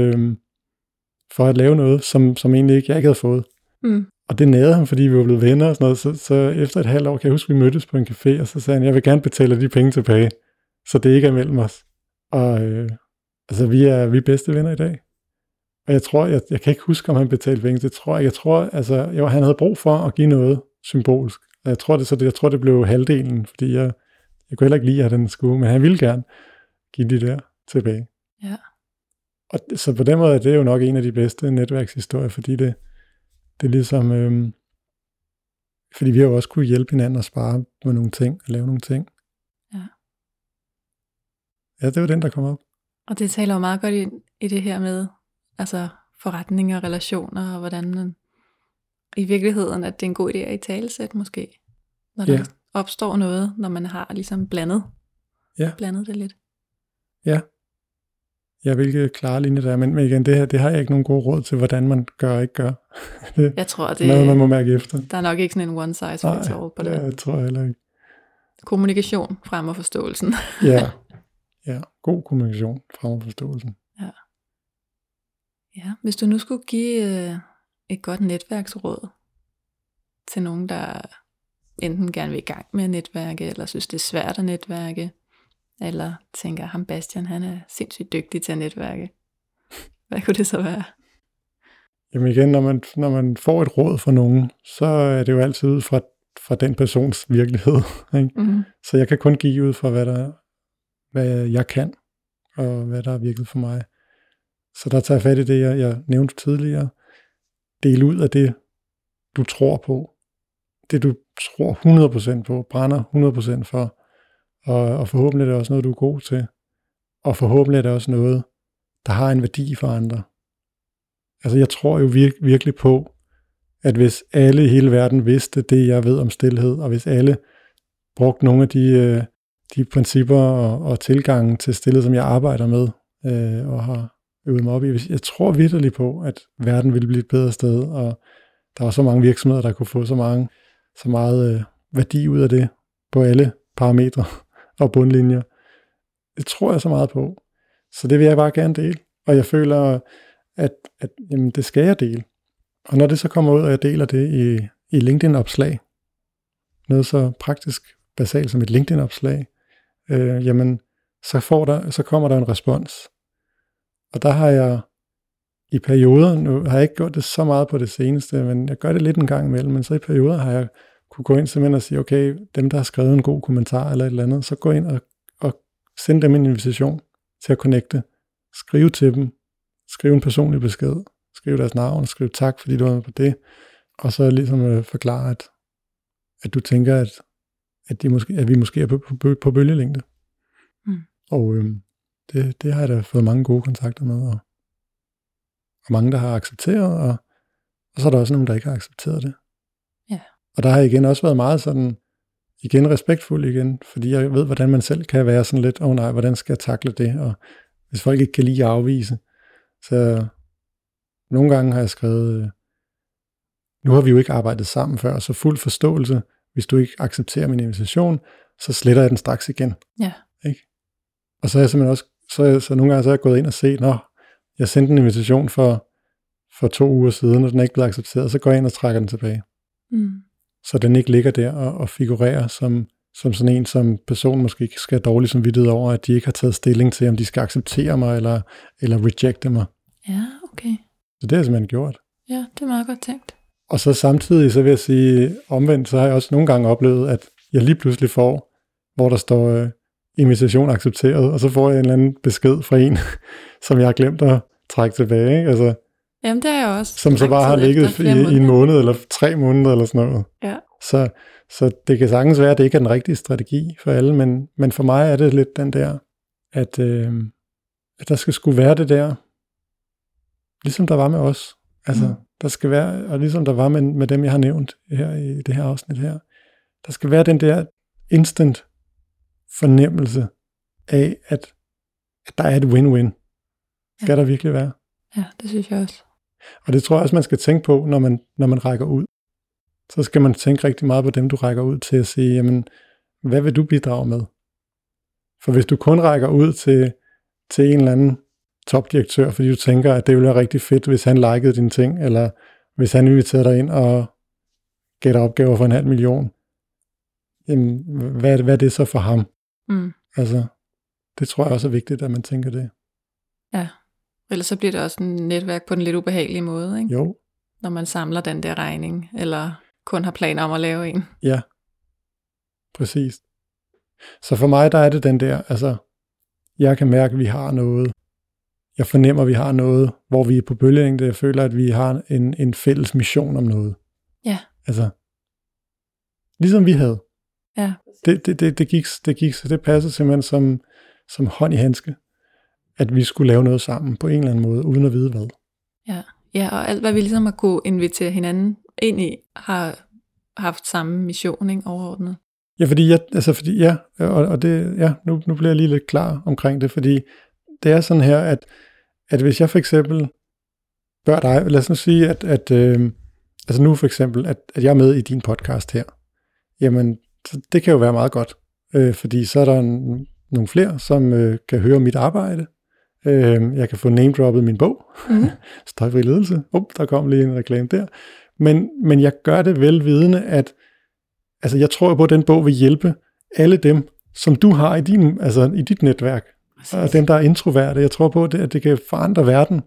at lave noget, som egentlig jeg ikke havde fået. Mm. Og det nærede ham, fordi vi var blevet venner og sådan noget, så efter et halvt år, kan jeg huske, vi mødtes på en café, og så sagde han, jeg vil gerne betale de penge tilbage, så det ikke er mellem os. Og altså, vi er bedste venner i dag. Og jeg tror, jeg kan ikke huske, om han betalte penge. Jeg tror, altså, jo, han havde brug for at give noget symbolsk. Og jeg tror, det blev halvdelen, fordi jeg kunne heller ikke lide, at han skulle, men han ville gerne give de der tilbage. Ja. Og så på den måde er det jo nok en af de bedste netværkshistorier, fordi det er ligesom, fordi vi har jo også kunne hjælpe hinanden at spare med nogle ting, og lave nogle ting. Ja. Ja, det var den, der kom op. Og det taler jo meget godt i det her med, altså forretninger, relationer, og hvordan man i virkeligheden, at det er en god idé at italesætte måske, når der opstår noget, når man har ligesom blandet det lidt. Ja. Ja, hvilke klare linjer der er, men igen, det har jeg ikke nogen gode råd til, hvordan man gør og ikke gør. Jeg tror, det noget, man må mærke efter. Der er nok ikke sådan en one size fits all på det. Nej, det tror jeg heller ikke. Kommunikation fremmer forståelsen. Ja, god kommunikation fremmer forståelsen. Ja, hvis du nu skulle give et godt netværksråd til nogen, der enten gerne vil i gang med at netværke, eller synes, det er svært at netværke, eller tænker, ham Bastian, han er sindssygt dygtig til at netværke. Hvad kunne det så være? Jamen igen, når man får et råd fra nogen, så er det jo altid ud fra den persons virkelighed. Ikke? Mm-hmm. Så jeg kan kun give ud fra, hvad jeg kan, og hvad der er virkelig for mig. Så der tager jeg fat i det, jeg nævnte tidligere. Del ud af det, du tror på. Det, du tror 100% på, brænder 100% for. Og forhåbentlig er det også noget, du er god til. Og forhåbentlig er det også noget, der har en værdi for andre. Altså jeg tror jo virkelig på, at hvis alle i hele verden vidste det, jeg ved om stilhed, og hvis alle brugte nogle af de principper og tilgange til stilhed, som jeg arbejder med, og har øvet mig op i, jeg tror vitterligt på, at verden ville blive et bedre sted, og der var så mange virksomheder, der kunne få så meget værdi ud af det, på alle parametre og bundlinjer. Det tror jeg så meget på. Så det vil jeg bare gerne dele. Og jeg føler, at jamen, det skal jeg dele. Og når det så kommer ud, og jeg deler det i LinkedIn-opslag, noget så praktisk basalt som et LinkedIn-opslag, jamen, så kommer der en respons. Og der har jeg i perioder, nu har jeg ikke gjort det så meget på det seneste, men jeg gør det lidt en gang imellem, men så i perioder har jeg kunne gå ind simpelthen og sige, okay, dem der har skrevet en god kommentar eller et eller andet, så gå ind og send dem en invitation til at connecte. Skriv til dem. Skriv en personlig besked. Skriv deres navn. Skriv tak, fordi du var med på det. Og så ligesom forklare, at du tænker, at vi måske er på bølgelængde. Mm. Og det har jeg da fået mange gode kontakter med. Og mange, der har accepteret, og så er der også nogen, der ikke har accepteret det. Ja. Og der har igen også været meget sådan, igen respektfuld igen, fordi jeg ved, hvordan man selv kan være sådan lidt, nej, hvordan skal jeg takle det, og hvis folk ikke kan lide at afvise. Så nogle gange har jeg skrevet, nu har vi jo ikke arbejdet sammen før, så fuld forståelse, hvis du ikke accepterer min invitation, så sletter jeg den straks igen. Ja. Ikke? Og så er jeg simpelthen også, så nogle gange så er jeg gået ind og set, jeg sendte en invitation for 2 uger siden, og den er ikke blevet accepteret, så går jeg ind og trækker den tilbage. Mm. Så den ikke ligger der og figurerer som sådan en, som personen måske ikke skal have dårlig samvittighed over, at de ikke har taget stilling til, om de skal acceptere mig eller rejecte mig. Ja, okay. Så det har jeg simpelthen gjort. Ja, det er meget godt tænkt. Og så samtidig, så vil jeg sige, omvendt, så har jeg også nogle gange oplevet, at jeg lige pludselig får hvor der står invitation accepteret, og så får jeg en eller anden besked fra en, som jeg har glemt at trække tilbage, ikke? Altså, jamen det er jeg også. som så bare har ligget i en måned, eller 3 måneder, eller sådan noget. Ja. Så det kan sagtens være, at det ikke er den rigtige strategi for alle, men for mig er det lidt den der, at der skal sgu være det der, ligesom der var med os. Altså, der skal være, og ligesom der var med dem, jeg har nævnt her i det her afsnit her, der skal være den der instant fornemmelse af, at der er et win-win. Skal der virkelig være? Ja, det synes jeg også. Og det tror jeg også, man skal tænke på, når man rækker ud. Så skal man tænke rigtig meget på dem, du rækker ud til at sige, jamen, hvad vil du bidrage med? For hvis du kun rækker ud til en eller anden topdirektør, fordi du tænker, at det ville være rigtig fedt, hvis han likede dine ting, eller hvis han inviterede dig ind og gav dig opgaver for 500.000, jamen, hvad er det så for ham? Altså, det tror jeg også er vigtigt, at man tænker det. Ja, ellers så bliver det også en netværk på den lidt ubehagelige måde, ikke? Jo. Når man samler den der regning, eller kun har planer om at lave en. Ja, præcis. Så for mig, der er det den der, altså, jeg kan mærke, at vi har noget. Jeg fornemmer, at vi har noget, hvor vi er på bølgelængde. Jeg føler, at vi har en fælles mission om noget. Ja. Altså, ligesom vi havde. Ja. Det gik, så det passede simpelthen som hånd i handske, at vi skulle lave noget sammen på en eller anden måde, uden at vide hvad. Ja. Ja, og alt hvad vi ligesom har kunne invitere hinanden ind i, har haft samme mission, ikke, overordnet. Ja, nu bliver jeg lige lidt klar omkring det, fordi det er sådan her, at hvis jeg for eksempel spørger dig, lad os nu sige, altså nu for eksempel, at jeg er med i din podcast her, jamen, det kan jo være meget godt, fordi så er der nogle flere, som kan høre mit arbejde. Jeg kan få name-droppet min bog, Støjfri ledelse. Der kom lige en reklame der. Men jeg gør det velvidende, at altså, jeg tror på, at den bog vil hjælpe alle dem, som du har i dit netværk. Og dem, der er introverte. Jeg tror på, at det kan forandre verden,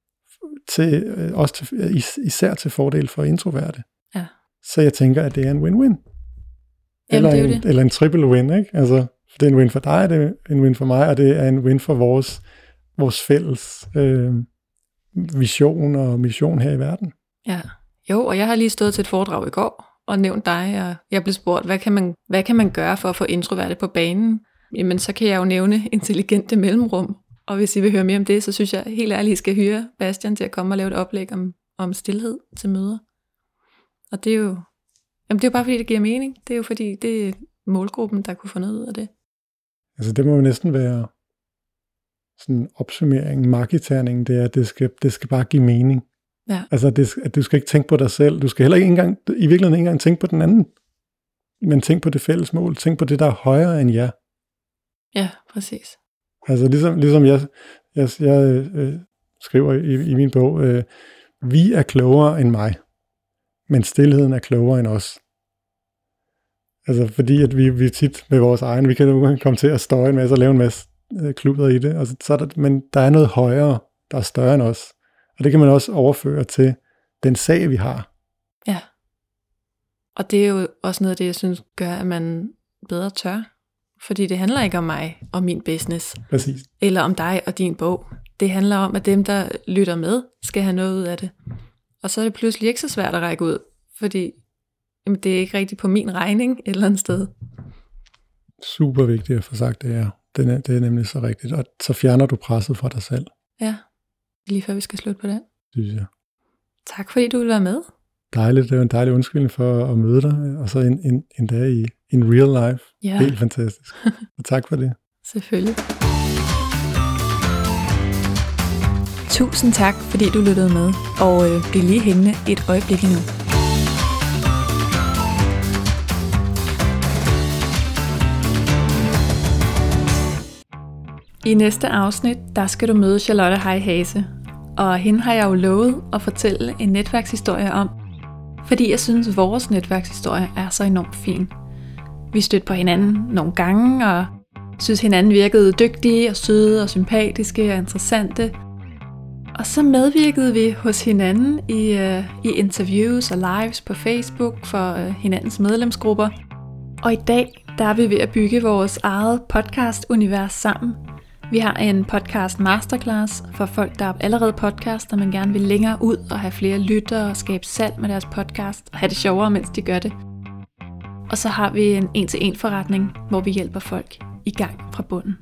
især til fordel for introverte. Ja. Så jeg tænker, at det er en win-win. Eller en triple win, ikke? Altså, det er en win for dig, det er en win for mig, og det er en win for vores fælles vision og mission her i verden. Ja, jo, og jeg har lige stået til et foredrag i går og nævnt dig, og jeg blev spurgt, hvad kan man gøre for at få introverte på banen? Jamen, så kan jeg jo nævne intelligente mellemrum, og hvis I vil høre mere om det, så synes jeg helt ærligt, I skal hyre Bastian til at komme og lave et oplæg om stilhed til møder. Og det er jo bare fordi, det giver mening. Det er jo fordi, det er målgruppen, der kunne få noget ud af det. Altså, det må jo næsten være sådan en opsummering, marketerning, det er, at det skal bare give mening. Ja. Altså, at du skal ikke tænke på dig selv. Du skal heller ikke i virkeligheden ikke engang tænke på den anden. Men tænk på det fælles mål. Tænk på det, der er højere end jer. Ja, præcis. Altså, ligesom jeg skriver i min bog, vi er klogere end mig, men stilheden er klogere end os. Altså, fordi at vi tit med vores egen, vi kan jo komme til at støje en masse og lave en masse kludder i det, og men der er noget højere, der er større end os. Og det kan man også overføre til den sag, vi har. Ja. Og det er jo også noget af det, jeg synes gør, at man bedre tør. Fordi det handler ikke om mig og min business. Præcis. Eller om dig og din bog. Det handler om, at dem, der lytter med, skal have noget ud af det. Og så er det pludselig ikke så svært at række ud. Fordi det er ikke rigtigt på min regning et eller andet sted. Super vigtigt at få sagt det her. Det er nemlig så rigtigt. Og så fjerner du presset fra dig selv. Ja, lige før vi skal slutte på den. Synes jeg. Tak fordi du ville være med. Dejligt, det var en dejlig undskyldning for at møde dig. Og så en dag i real life. Ja. Helt fantastisk. Og tak for det. Selvfølgelig. Tusind tak, fordi du lyttede med. Og bliv lige hængende et øjeblik endnu. I næste afsnit, der skal du møde Charlotte Hase. Og hende har jeg jo lovet at fortælle en netværkshistorie om, fordi jeg synes, at vores netværkshistorie er så enormt fin. Vi stødte på hinanden nogle gange, og synes hinanden virkede dygtige og søde og sympatiske og interessante. Og så medvirkede vi hos hinanden i interviews og lives på Facebook for hinandens medlemsgrupper. Og i dag, der er vi ved at bygge vores eget podcast-univers sammen. Vi har en podcast masterclass for folk, der allerede podcaster, men gerne vil længere ud og have flere lyttere og skabe salg med deres podcast og have det sjovere, mens de gør det. Og så har vi en 1-til-1 forretning, hvor vi hjælper folk i gang fra bunden.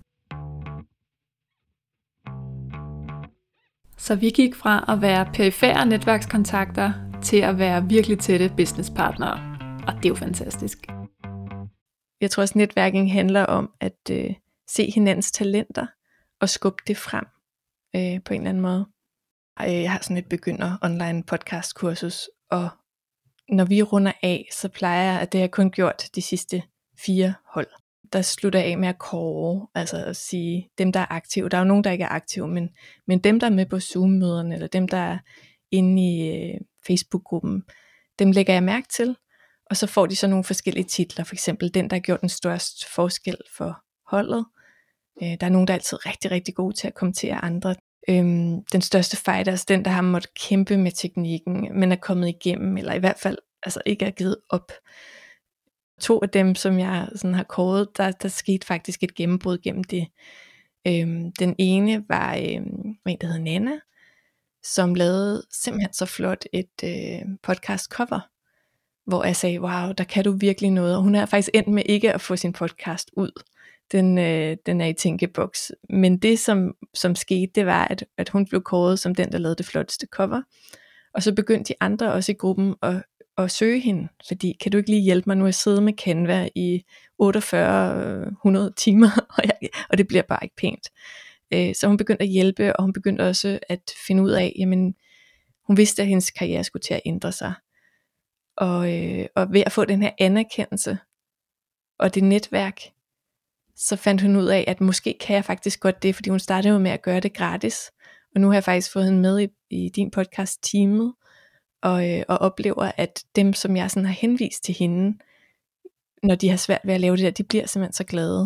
Så vi gik fra at være perifære netværkskontakter til at være virkelig tætte businesspartnere. Og det er jo fantastisk. Jeg tror også, netværking handler om at se hinandens talenter og skubbe det frem på en eller anden måde. Jeg har sådan et begynder online podcast kursus, og når vi runder af, så plejer jeg, at det har jeg kun gjort de sidste 4 hold. Der slutter jeg af med at kåre, altså at sige dem, der er aktive. Der er jo nogen, der ikke er aktive, men dem, der er med på Zoom-møderne, eller dem, der er inde i Facebook-gruppen, dem lægger jeg mærke til. Og så får de så nogle forskellige titler, for eksempel den, der har gjort den største forskel for holdet. Der er nogen, der er altid rigtig, rigtig gode til at kommentere andre. Den største fighter er den, der har måttet kæmpe med teknikken, men er kommet igennem, eller i hvert fald altså ikke er givet op. 2 af dem, som jeg sådan har kåret, der skete faktisk et gennembrud gennem det. Den ene var en, der hed Nana, som lavede simpelthen så flot et podcast cover, hvor jeg sagde, wow, der kan du virkelig noget. Og hun er faktisk endt med ikke at få sin podcast ud. Den er i tænkeboks. Men det, som skete, det var, at hun blev kåret som den, der lavede det flotteste cover. Og så begyndte de andre også i gruppen at søge hende. Fordi, kan du ikke lige hjælpe mig nu at sidde med Canva i 4800 timer, og det bliver bare ikke pænt. Så hun begyndte at hjælpe, og hun begyndte også at finde ud af, jamen, hun vidste, at hendes karriere skulle til at ændre sig. Og ved at få den her anerkendelse og det netværk, så fandt hun ud af, at måske kan jeg faktisk godt det, fordi hun startede jo med at gøre det gratis. Og nu har jeg faktisk fået hende med i din podcast teamet, og oplever, at dem, som jeg sådan har henvist til hende, når de har svært ved at lave det der, de bliver simpelthen så glade.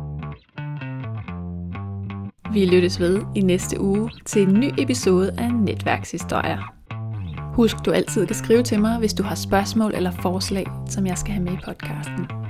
Vi lyttes ved i næste uge til en ny episode af Netværkshistorier. Husk, du altid kan skrive til mig, hvis du har spørgsmål eller forslag, som jeg skal have med i podcasten.